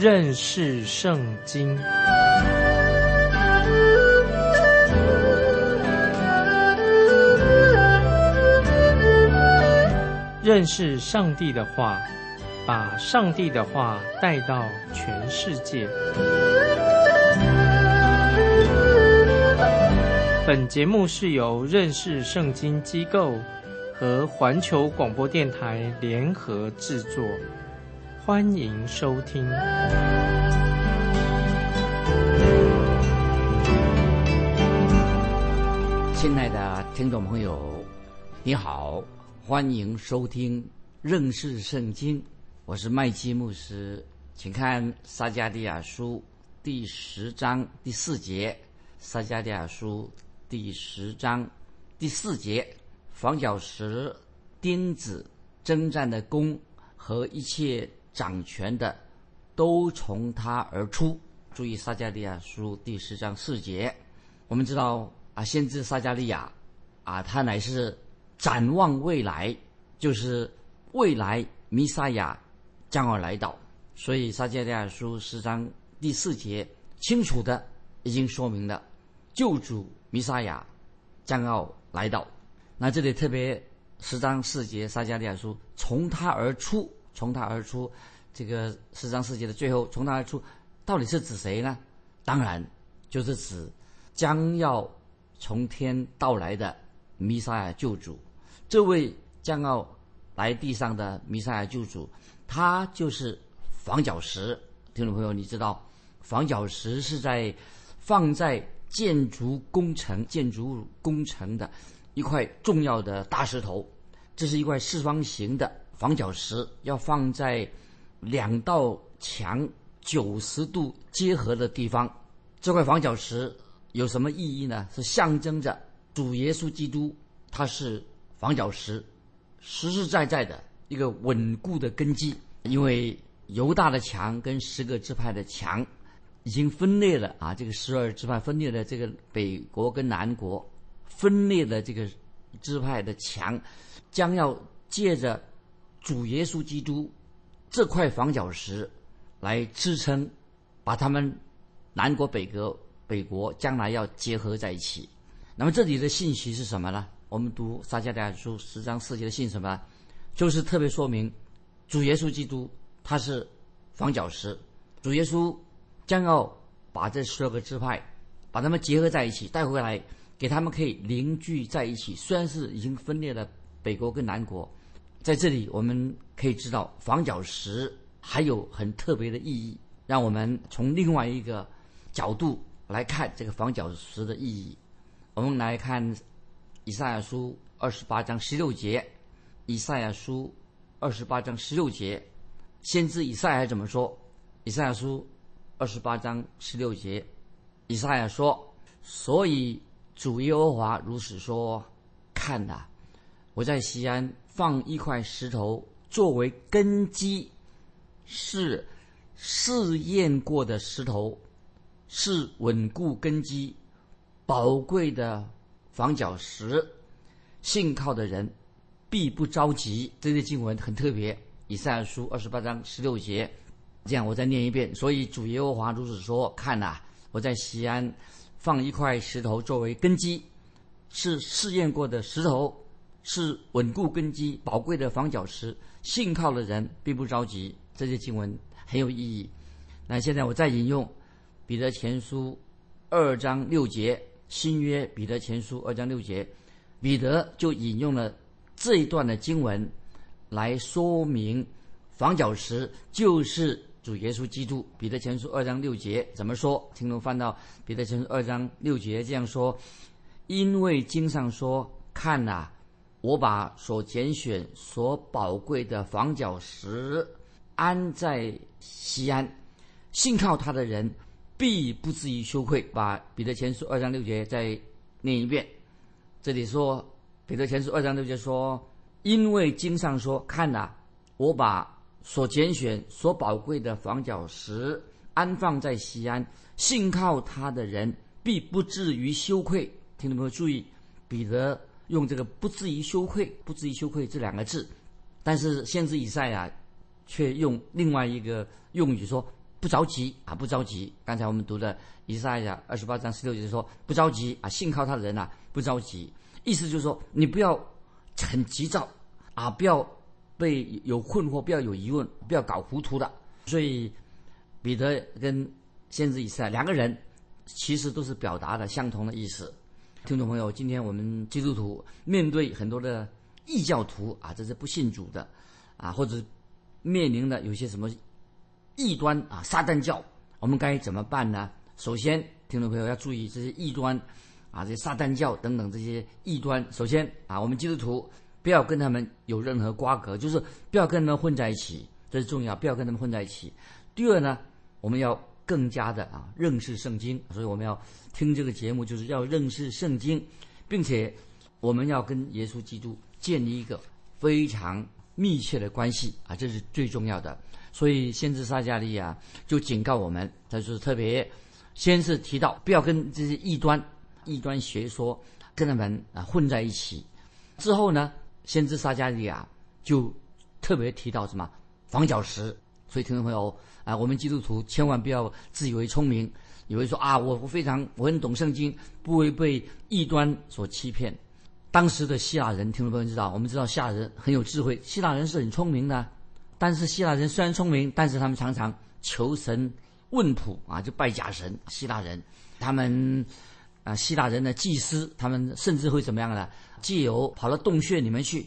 认识圣经。认识上帝的话，把上帝的话带到全世界。本节目是由认识圣经机构和环球广播电台联合制作，欢迎收听。 亲爱的听众朋友，你好，欢迎收听认识圣经，我是麦基牧师。请看撒迦利亚书第10章第4节，撒迦利亚书第10章第4节，房角石、钉子、征战的弓和一切掌权的都从他而出。注意撒迦利亚书第10章4节。我们知道先知撒迦利亚他乃是展望未来，就是未来弥撒亚将要来到，所以撒迦利亚书10章第4节清楚的已经说明了救主弥撒亚将要来到。那这里特别10章4节撒迦利亚书从他而出，从他而出，这个10章4节的最后从他而出到底是指谁呢？当然就是指将要从天到来的弥撒亚救主。这位将要来地上的弥撒亚救主，他就是房角石。听众朋友，你知道房角石是放在建筑工程的一块重要的大石头，这是一块四方形的房角石，要放在2道墙90度结合的地方。这块房角石有什么意义呢？是象征着主耶稣基督，他是房角石，实实在在的一个稳固的根基。因为犹大的墙跟10个支派的墙已经分裂了这个12支派分裂了，这个北国跟南国分裂的这个支派的墙，将要借着主耶稣基督这块房角石来支撑，把他们南国北国将来要结合在一起。那么这里的信息是什么呢？我们读撒迦利亚书10章4节的信什么呢？就是特别说明主耶稣基督他是房角石，主耶稣将要把这12个支派把他们结合在一起，带回来给他们可以凝聚在一起。虽然是已经分裂了北国跟南国，在这里我们可以知道房角石还有很特别的意义，让我们从另外一个角度来看这个房角石的意义。我们来看以赛亚书28章16节，以赛亚书28章16节，先知以赛亚怎么说？以赛亚书28章16节，以赛亚说：所以主耶和华如此说，看哪，我在西安放一块石头作为根基，是试验过的石头，是稳固根基宝贵的房角石，信靠的人必不着急。这些经文很特别，以赛亚书28章16节。这样我再念一遍。所以主耶和华如此说，看哪，我在西安放一块石头作为根基，是试验过的石头，是稳固根基宝贵的房角石，信靠的人并不着急。这些经文很有意义。那现在我再引用彼得前书2章6节，新约彼得前书2章6节，彼得就引用了这一段的经文来说明房角石就是主耶稣基督。彼得前书2章6节怎么说？请我翻到彼得前书2章6节这样说：因为经上说，看哪，我把所拣选所宝贵的房角石安在西安，信靠他的人必不至于羞愧。把彼得前书2章6节再念一遍。这里说彼得前书2章6节说，因为经上说，看哪，我把所拣选所宝贵的房角石安放在西安，信靠他的人必不至于羞愧。听众朋友注意，彼得用这个不至于羞愧这2个字，但是先知以赛亚却用另外一个用语说不着急啊，不着急。刚才我们读的以赛亚28章16节说不着急啊，信靠他的人啊不着急，意思就是说你不要很急躁啊，不要被有困惑，不要有疑问，不要搞糊涂的。所以彼得跟先知以赛亚两个人其实都是表达了相同的意思。听众朋友，今天我们基督徒面对很多的异教徒啊，这是不信主的啊，或者面临的有些什么异端啊，撒旦教，我们该怎么办呢？首先，听众朋友要注意这些异端啊，这些撒旦教等等这些异端。首先啊，我们基督徒不要跟他们有任何瓜葛，就是不要跟他们混在一起，这是重要，不要跟他们混在一起。第二呢，我们要更加的认识圣经，所以我们要听这个节目，就是要认识圣经，并且我们要跟耶稣基督建立一个非常密切的关系啊，这是最重要的。所以先知撒迦利亚就警告我们，他就是特别先是提到不要跟这些异端学说跟他们混在一起。之后呢，先知撒迦利亚就特别提到什么房角石。所以听众朋友啊，我们基督徒千万不要自以为聪明，以为说啊我很懂圣经，不会被异端所欺骗。当时的希腊人，听众朋友知道，我们知道希腊人很有智慧，希腊人是很聪明的。但是希腊人虽然聪明，但是他们常常求神问卜啊，就拜假神。希腊人他们希腊人的祭司，他们甚至会怎么样呢？借由跑到洞穴里面去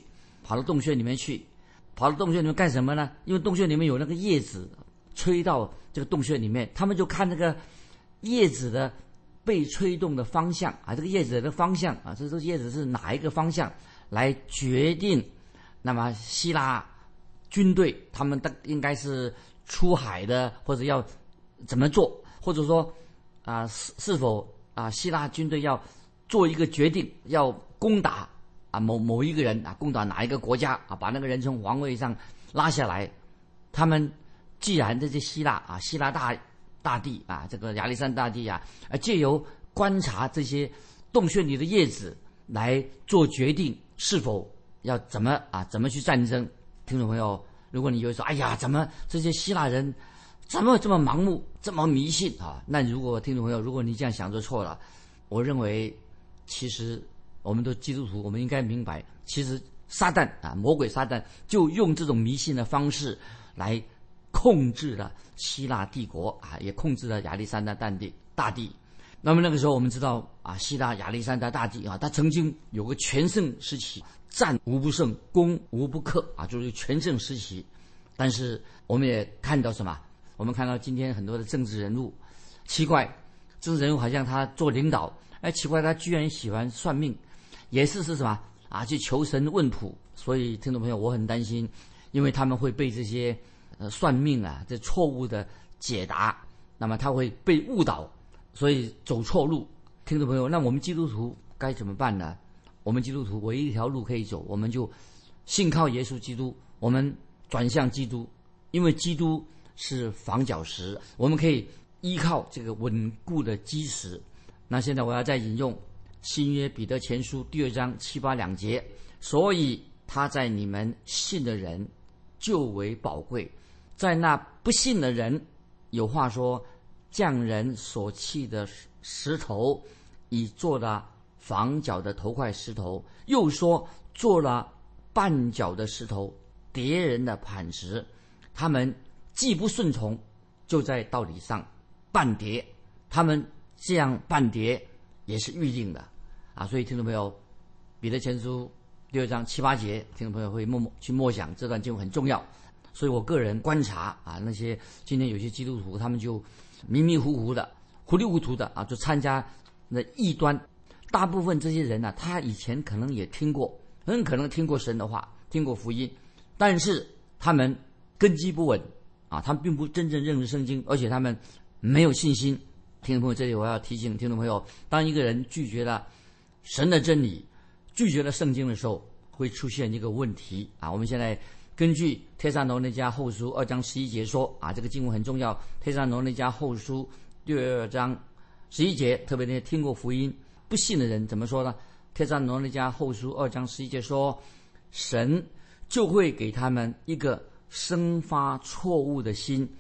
干什么呢？因为洞穴里面有那个叶子吹到这个洞穴里面，他们就看那个叶子的被吹动的方向啊，这个叶子的方向啊，这叶子是哪一个方向来决定？那么希腊军队他们应该是出海的，或者要怎么做，或者说是否希腊军队要做一个决定，要攻打某一个人攻打哪一个国家把那个人从皇位上拉下来。他们既然这些希腊大地这个亚历山大地借由观察这些洞穴里的叶子来做决定，是否要怎么去战争。听众朋友，如果你就会说哎呀，怎么这些希腊人怎么这么盲目，这么迷信那如果听众朋友，如果你这样想就错了。我认为其实我们的基督徒，我们应该明白，其实撒旦魔鬼撒旦就用这种迷信的方式来控制了希腊帝国也控制了亚历山大大地。那么那个时候我们知道希腊亚历山大大帝他曾经有个全盛时期，战无不胜，攻无不克就是全盛时期。但是我们也看到什么？我们看到今天很多的政治人物，奇怪，政治人物好像他做领导，奇怪，他居然喜欢算命，也是什么去求神问卜。所以听众朋友，我很担心，因为他们会被这些算命这错误的解答，那么他会被误导，所以走错路。听众朋友，那我们基督徒该怎么办呢？我们基督徒唯一一条路可以走，我们就信靠耶稣基督，我们转向基督，因为基督是房角石，我们可以依靠这个稳固的基石。那现在我要再引用新约彼得前书2章7、8两节，所以他在你们信的人就为宝贵，在那不信的人，有话说，匠人所弃的石头已做了房角的头块石头，又说做了绊脚的石头，跌人的磐石。他们既不顺从，就在道理上绊跌，他们这样绊跌也是预定的所以听众朋友，彼得前书2章7、8节，听众朋友会去默想这段经文很重要。所以我个人观察那些今天有些基督徒，他们就迷迷糊糊的、糊里糊涂的就参加那异端。大部分这些人他以前可能也很可能听过神的话，听过福音，但是他们根基不稳他们并不真正认识圣经，而且他们没有信心。听众朋友，这里我要提醒听众朋友，当一个人拒绝了神的真理，拒绝了圣经的时候，会出现一个问题我们现在根据帖撒罗尼迦后书2章11节说这个经文很重要。帖撒罗尼迦后书2章11节，特别那些听过福音不信的人怎么说呢？帖撒罗尼迦后书2章11节说，神就会给他们一个生发错误的心，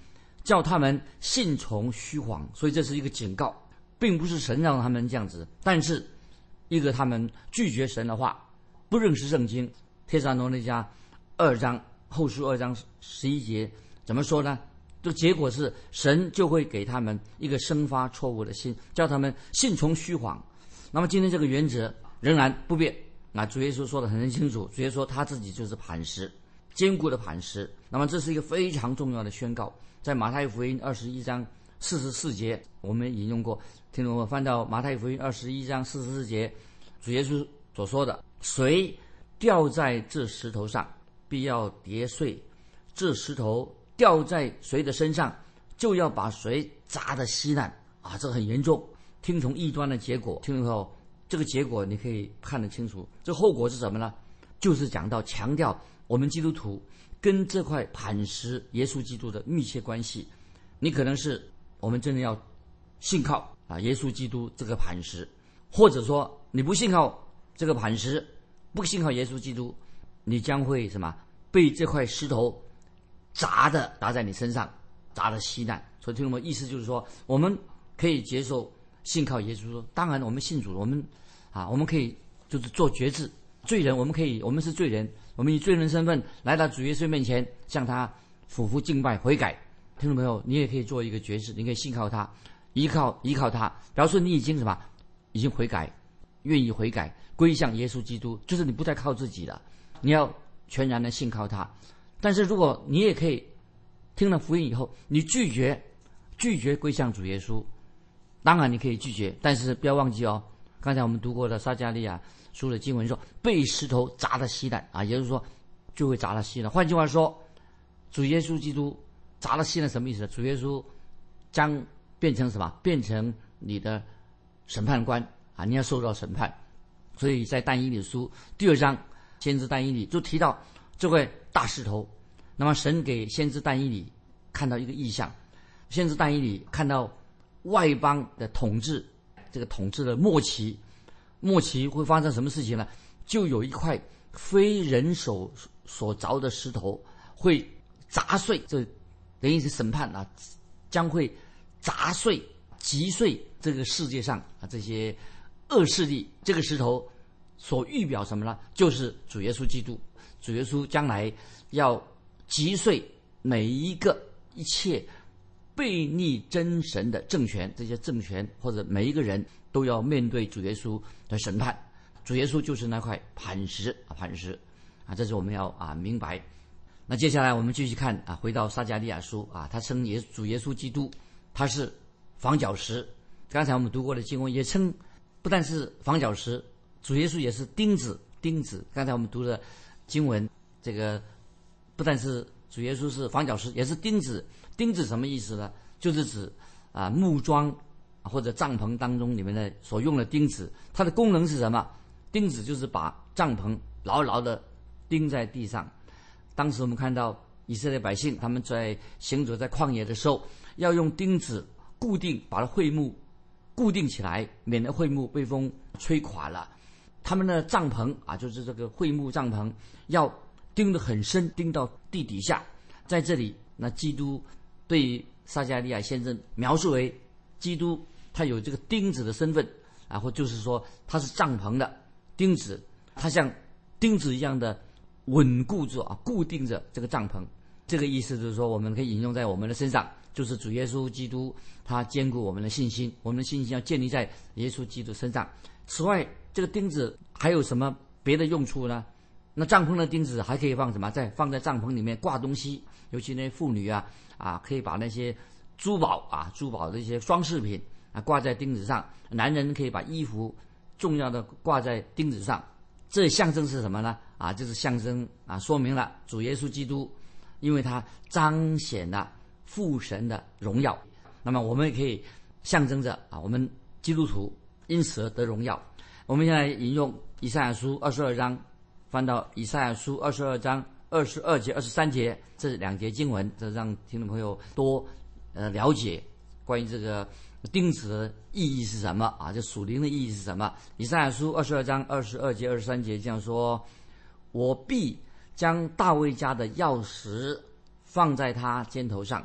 叫他们信从虚谎。所以这是一个警告，并不是神让他们这样子，但是一个他们拒绝神的话，不认识圣经。帖撒罗尼迦2章后书2章11节怎么说呢？这个结果是神就会给他们一个生发错误的心，叫他们信从虚谎。那么今天这个原则仍然不变。主耶稣说得很清楚，主耶稣说他自己就是磐石，坚固的磐石。那么这是一个非常重要的宣告，在马太福音21章44节我们引用过，听众们翻到马太福音21章44节，主耶稣所说的，谁掉在这石头上，必要跌碎；这石头掉在谁的身上，就要把谁砸得稀烂。这很严重，听从异端的结果。听众后，这个结果你可以看得清楚，这后果是什么呢？就是讲到强调我们基督徒跟这块磐石耶稣基督的密切关系。你可能是我们真的要信靠耶稣基督这个磐石，或者说你不信靠这个磐石，不信靠耶稣基督，你将会什么？被这块石头砸在你身上，砸得稀烂。所以听懂吗？意思就是说，我们可以接受信靠耶稣。当然我们信主，我们可以就是做决志，罪人我们是罪人，我们以罪人身份来到主耶稣面前，向他俯伏敬拜悔改。听众朋友，你也可以做一个决志，你可以信靠他，依靠他，表示你已经已经悔改，愿意悔改，归向耶稣基督，就是你不再靠自己了，你要全然的信靠他。但是如果你也可以听了福音以后，你拒绝归向主耶稣，当然你可以拒绝，但是不要忘记刚才我们读过的撒迦利亚书的经文说，被石头砸得稀烂也就是说就会砸得稀烂。换句话说，主耶稣基督砸得稀烂什么意思？主耶稣将变成什么？变成你的审判官你要受到审判。所以在但以理书第2章，先知但以理就提到这块大石头。那么神给先知但以理看到一个异象，先知但以理看到外邦的统治，这个统治的末期会发生什么事情呢？就有一块非人手所凿的石头会砸碎，这等于是审判将会砸碎击碎这个世界上这些恶势力。这个石头所预表什么呢？就是主耶稣基督。主耶稣将来要击碎每一切悖逆真神的政权，这些政权或者每一个人都要面对主耶稣的审判。主耶稣就是那块磐石这是我们要明白。那接下来我们继续看回到撒迦利亚书他称主耶稣基督他是房角石。刚才我们读过的经文也称不但是房角石，主耶稣也是钉子。刚才我们读的经文，这个不但是主耶稣是房角石，也是钉子。钉子什么意思呢？就是指木桩或者帐篷当中里面的所用的钉子。它的功能是什么？钉子就是把帐篷牢牢的钉在地上。当时我们看到以色列百姓他们在行走在旷野的时候，要用钉子固定，把会幕固定起来，免得会幕被风吹垮了。他们的帐篷就是这个会幕帐篷要钉得很深，钉到地底下。在这里，那基督被撒迦利亚先生描述为基督，他有这个钉子的身份或就是说他是帐篷的钉子，他像钉子一样的稳固住固定着这个帐篷。这个意思就是说，我们可以引用在我们的身上，就是主耶稣基督他坚固我们的信心，我们的信心要建立在耶稣基督身上。此外，这个钉子还有什么别的用处呢？那帐篷的钉子还可以放什么？放在帐篷里面挂东西，尤其那些妇女可以把那些珠宝的一些装饰品挂在钉子上。男人可以把衣服重要的挂在钉子上。这象征是什么呢？就是象征说明了主耶稣基督，因为他彰显了父神的荣耀，那么我们也可以象征着我们基督徒因此而得荣耀。我们现在引用以赛亚书22章，翻到以赛亚书22章22节、23节这2节经文，这让听众朋友多了解关于这个钉子的意义是什么这属灵的意义是什么。以赛亚书22章22节、23节这样说：我必将大卫家的钥匙放在他肩头上，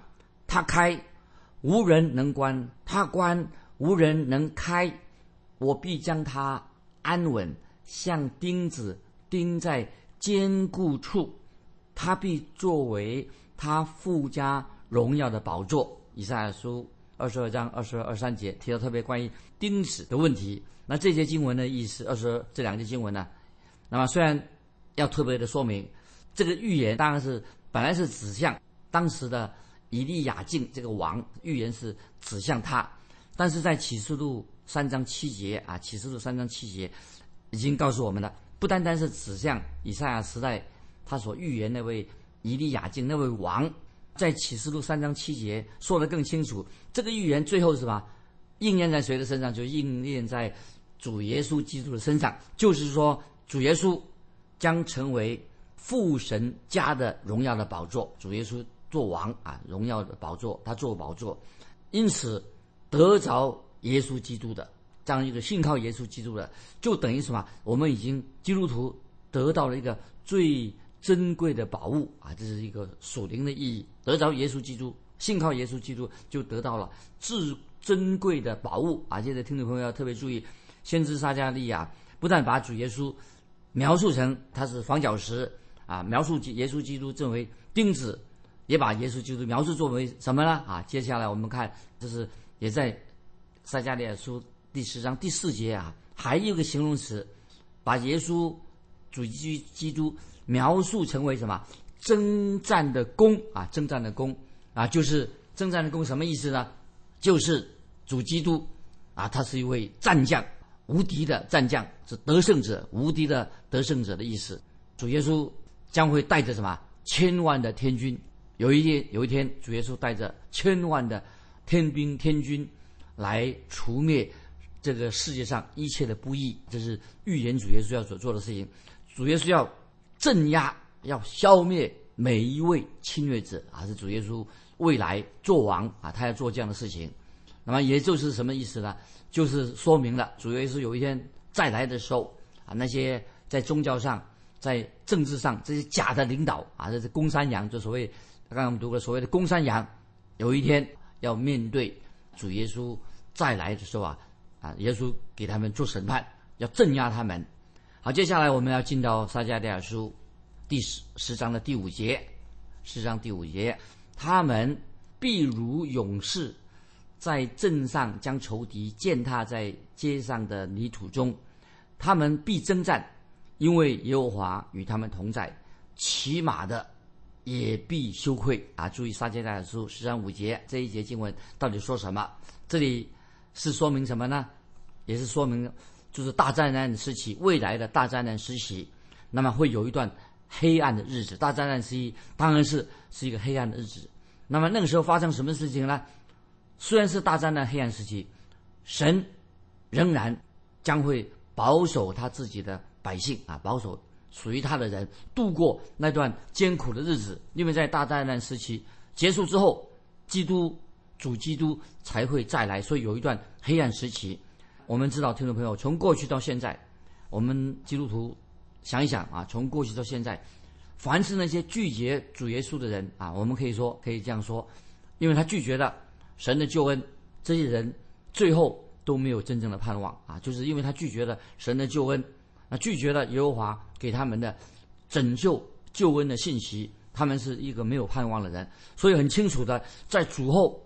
他开，无人能关；他关，无人能开。我必将他安稳，像钉子钉在坚固处，他必作为他附加荣耀的宝座。以赛亚书22章22、23节提到特别关于钉子的问题。那这些经文的意思，这两节经文呢，那么虽然要特别的说明，这个预言当然是本来是指向当时的以利亚敬这个王，预言是指向他，但是在启示录3章7节啊，启示录3章7节已经告诉我们了，不单单是指向以赛亚时代他所预言那位以利亚敬那位王，在启示录3章7节说得更清楚，这个预言最后是什么？应验在谁的身上？就应验在主耶稣基督的身上，就是说主耶稣将成为父神家的荣耀的宝座，主耶稣做王啊，荣耀的宝座，他做宝座。因此得着耶稣基督的这样一个信靠耶稣基督的，就等于什么？我们已经基督徒得到了一个最珍贵的宝物啊，这是一个属灵的意义。得着耶稣基督，信靠耶稣基督，就得到了至珍贵的宝物啊！现在听众朋友要特别注意，先知撒迦利亚不但把主耶稣描述成他是房角石啊，描述耶稣基督作为钉子，也把耶稣基督描述作为什么呢？啊，接下来我们看，就是也在撒迦利亚书第10章第4节啊，还有一个形容词，把耶稣主基督描述成为什么？征战的弓啊，征战的弓啊，就是征战的弓什么意思呢？就是主基督啊，他是一位战将，无敌的战将，是得胜者，无敌的得胜者的意思。主耶稣将会带着什么千万的天军，有一天主耶稣带着千万的天兵天军来除灭这个世界上一切的不义，这是预言主耶稣要所做的事情。主耶稣要镇压，要消灭每一位侵略者啊，是主耶稣未来做王啊，他要做这样的事情。那么也就是什么意思呢？就是说明了主耶稣有一天再来的时候啊，那些在宗教上、在政治上这些假的领导啊，这是公山羊，就所谓刚刚我们读过所谓的公山羊，有一天要面对主耶稣再来的时候啊，耶稣给他们做审判，要镇压他们。好，接下来我们要进到撒迦利亚书第10章的第5节，10章第5节，他们必如勇士，在阵上将仇敌践踏在街上的泥土中，他们必征战，因为耶和华与他们同在，骑马的也必羞愧啊！注意撒迦利亚书10章5节这一节经文到底说什么？这里是说明什么呢？也是说明就是大灾难时期，未来的大灾难时期，那么会有一段黑暗的日子。大灾难时期当然是一个黑暗的日子。那么那个时候发生什么事情呢？虽然是大灾难黑暗时期，神仍然将会保守他自己的百姓啊，保守属于他的人度过那段艰苦的日子。因为在大灾难时期结束之后，主基督才会再来，所以有一段黑暗时期。我们知道，听众朋友，从过去到现在，我们基督徒想一想啊，从过去到现在，凡是那些拒绝主耶稣的人啊，我们可以这样说，因为他拒绝了神的救恩，这些人最后都没有真正的盼望啊，就是因为他拒绝了神的救恩，拒绝了耶和华给他们的拯救救恩的信息，他们是一个没有盼望的人。所以很清楚的，在主后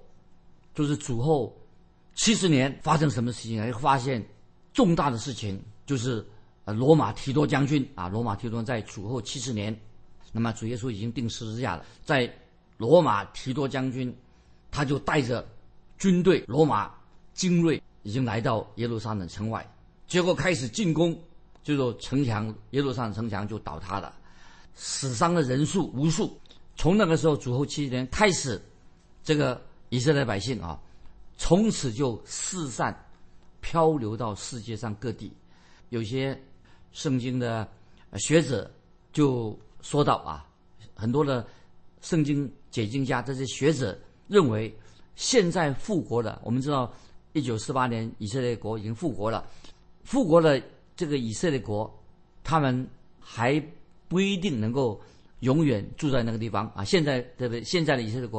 70年发生什么事情呢？发现重大的事情，就是罗马提多将军啊，罗马提多在主后70年，那么主耶稣已经钉十字架了，在罗马提多将军他就带着军队，罗马精锐已经来到耶路撒冷城外，结果开始进攻，就说城墙，耶路撒冷城墙就倒塌了，死伤的人数无数。从那个时候主后70年开始，这个以色列百姓啊，从此就四散漂流到世界上各地。有些圣经的学者就说到啊，很多的圣经解经家，这些学者认为，现在复国的，我们知道1948年以色列国已经复国了，复国的这个以色列国，他们还不一定能够永远住在那个地方啊。现在的以色列国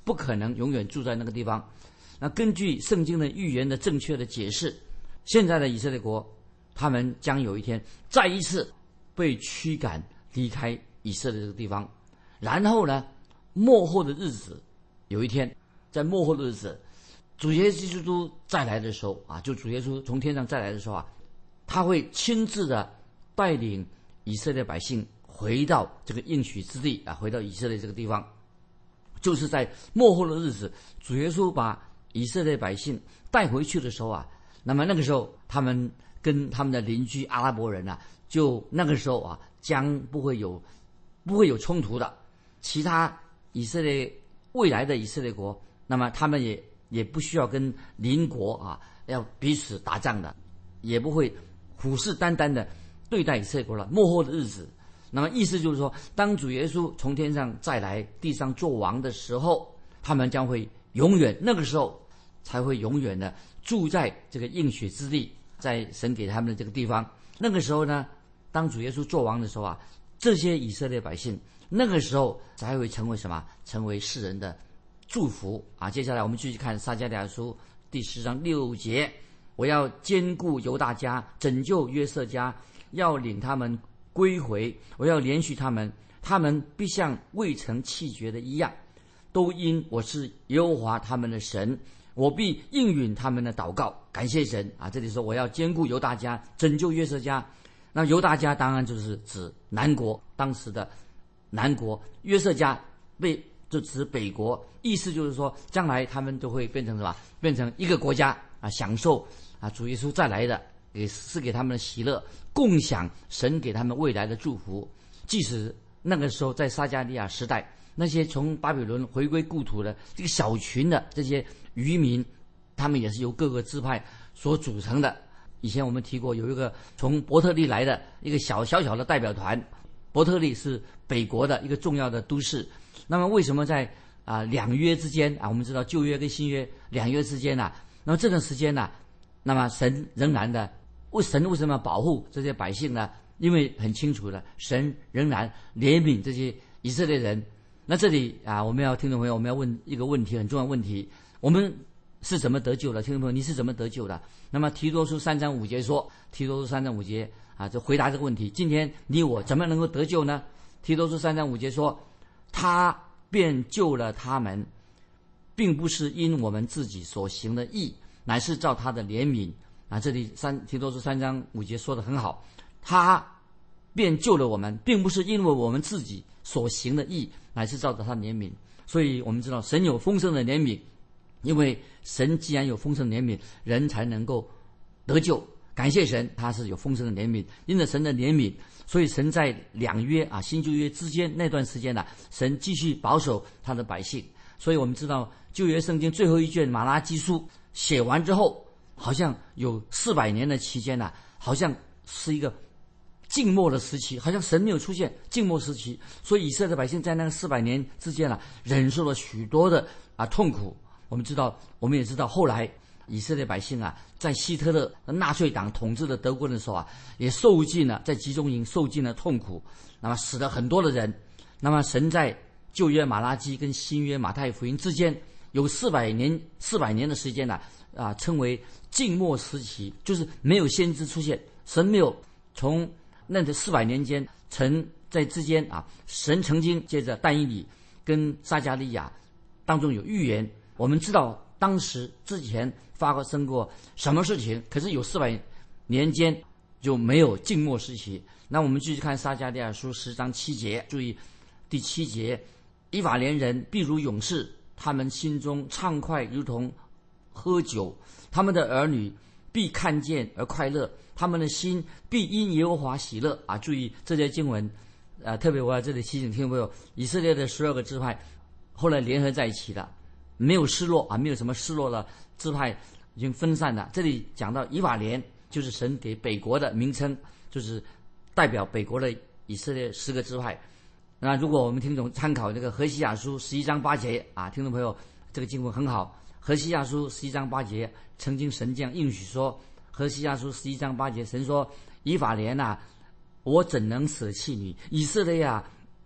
不可能永远住在那个地方。那根据圣经的预言的正确的解释，现在的以色列国，他们将有一天再一次被驱赶离开以色列这个地方。然后呢，末后的日子，有一天，在末后的日子，主耶稣基督再来的时候啊，就主耶稣从天上再来的时候啊，他会亲自的带领以色列百姓回到这个应许之地啊，回到以色列这个地方。就是在末后的日子，主耶稣把以色列百姓带回去的时候啊，那么那个时候他们跟他们的邻居阿拉伯人啊，就那个时候啊，将不会有冲突的。其他以色列未来的以色列国，那么他们也不需要跟邻国啊要彼此打仗的，也不会虎视眈眈的对待以色列国了。末后的日子，那么意思就是说，当主耶稣从天上再来地上做王的时候，他们将会永远，那个时候才会永远的住在这个应许之地，在神给他们的这个地方。那个时候呢，当主耶稣做王的时候啊，这些以色列百姓那个时候才会成为什么？成为世人的祝福啊！接下来我们继续看撒迦利亚书第10章6节，我要坚固犹大家，拯救约瑟家，要领他们归回，我要连续他们，他们必像未曾弃绝的一样，都因我是耶和华他们的神，我必应允他们的祷告。感谢神啊！这里说我要坚固犹大家，拯救约瑟家。那犹大家当然就是指南国，当时的南国，约瑟家就指北国，意思就是说，将来他们都会变成什么？变成一个国家啊，享受啊主耶稣再来的，也是给他们的喜乐，共享神给他们未来的祝福。即使那个时候在撒迦利亚时代，那些从巴比伦回归故土的这个小群的这些渔民，他们也是由各个支派所组成的。以前我们提过，有一个从伯特利来的一个小的代表团。伯特利是北国的一个重要的都市。那么为什么在两约之间啊？我们知道旧约跟新约两约之间啊，那么这段时间呢，那么神仍然的神为什么要保护这些百姓呢？因为很清楚的，神仍然怜悯这些以色列人。那这里啊，我们要听众朋友，我们要问一个问题，很重要的问题：我们是怎么得救的？听众朋友，你是怎么得救的？那么提多书3章5节说，提多书3章5节啊，就回答这个问题。今天你我怎么能够得救呢？提多书3章5节说，他便救了他们，并不是因我们自己所行的义，乃是照他的怜悯啊。这里提多书3章5节说得很好，他便救了我们，并不是因为我们自己所行的义，乃是照着他的怜悯。所以我们知道神有丰盛的怜悯，因为神既然有丰盛的怜悯，人才能够得救。感谢神，他是有丰盛的怜悯，因着神的怜悯，所以神在两约啊新旧约之间那段时间呢，神继续保守他的百姓。所以我们知道旧约圣经最后一卷马拉基书写完之后，好像有400年的期间呢，好像是一个静默的时期，好像神没有出现，静默时期。所以以色列百姓在那个400年之间呢，忍受了许多的痛苦。我们也知道后来以色列百姓啊，在希特勒纳粹党统治的德国的时候啊，也受尽了在集中营受尽了痛苦，那么死了很多的人。那么神在旧约马拉基跟新约马太福音之间有400年的时间呢，称为静默时期，就是没有先知出现，神没有从那400年间在之间啊，神曾经借着但以理跟撒迦利亚当中有预言。我们知道当时之前发生过什么事情，可是有400年间就没有静默时期。那我们继续看撒迦利亚书10章7节，注意第7节，以法莲人必如勇士，他们心中畅快如同喝酒，他们的儿女必看见而快乐，他们的心必因耶和华喜乐啊！注意这些经文，特别我在这里提醒听众朋友，以色列的12个支派后来联合在一起的，没有失落啊，没有什么失落了，支派已经分散了。这里讲到以法莲，就是神给北国的名称，就是代表北国的以色列10个支派。那如果我们听众参考这个何西亚书11章8节啊，听众朋友这个经文很好。何西亚书11章8节，曾经神这样应许说，何西亚书11章8节，神说：以法莲啊，我怎能舍弃你？以色列啊，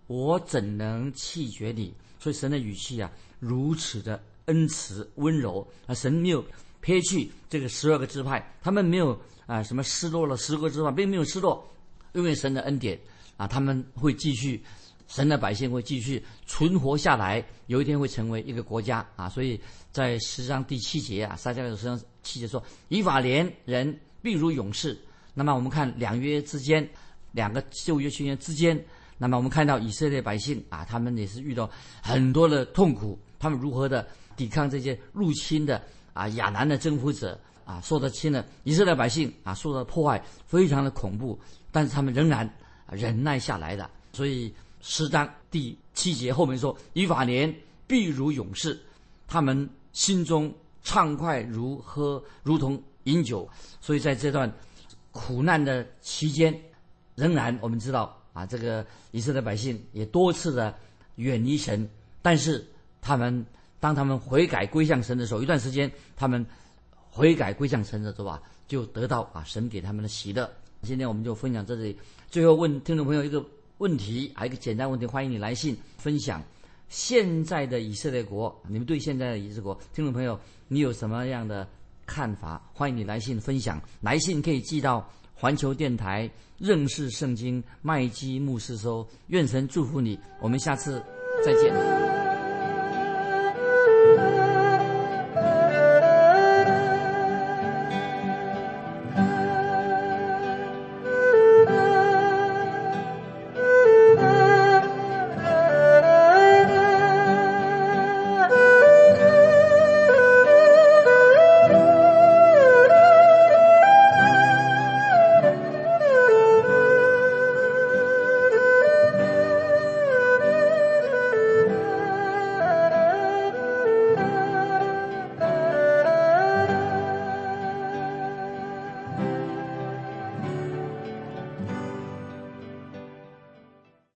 我怎能弃绝你？所以神的语气啊，如此的恩慈温柔啊，神没有撇去这个12个支派，他们没有什么失落了10个支派，并没有失落，因为神的恩典啊，他们会继续，神的百姓会继续存活下来，有一天会成为一个国家啊。所以在10章第7节啊，撒迦利亚10章7节说，以法莲人必如勇士。那么我们看两约之间，两个旧约宣言之间，那么我们看到以色列百姓啊，他们也是遇到很多的痛苦，他们如何的抵抗这些入侵的亚南的征服者啊，受到侵了以色列百姓啊，受到破坏非常的恐怖，但是他们仍然忍耐下来的。所以10章第7节后面说，以法莲必如勇士，他们心中畅快如同饮酒。所以在这段苦难的期间，仍然我们知道啊，这个以色列百姓也多次的远离神，但是当他们悔改归向神的时候，一段时间他们悔改归向神的时候啊，就得到神给他们的喜乐。今天我们就分享这里，最后问听众朋友一个问题一个简单问题，欢迎你来信分享现在的以色列国，你们对现在的以色列国，听众朋友你有什么样的看法？欢迎你来信分享，来信可以寄到环球电台认识圣经麦基牧师收。愿神祝福你，我们下次再见。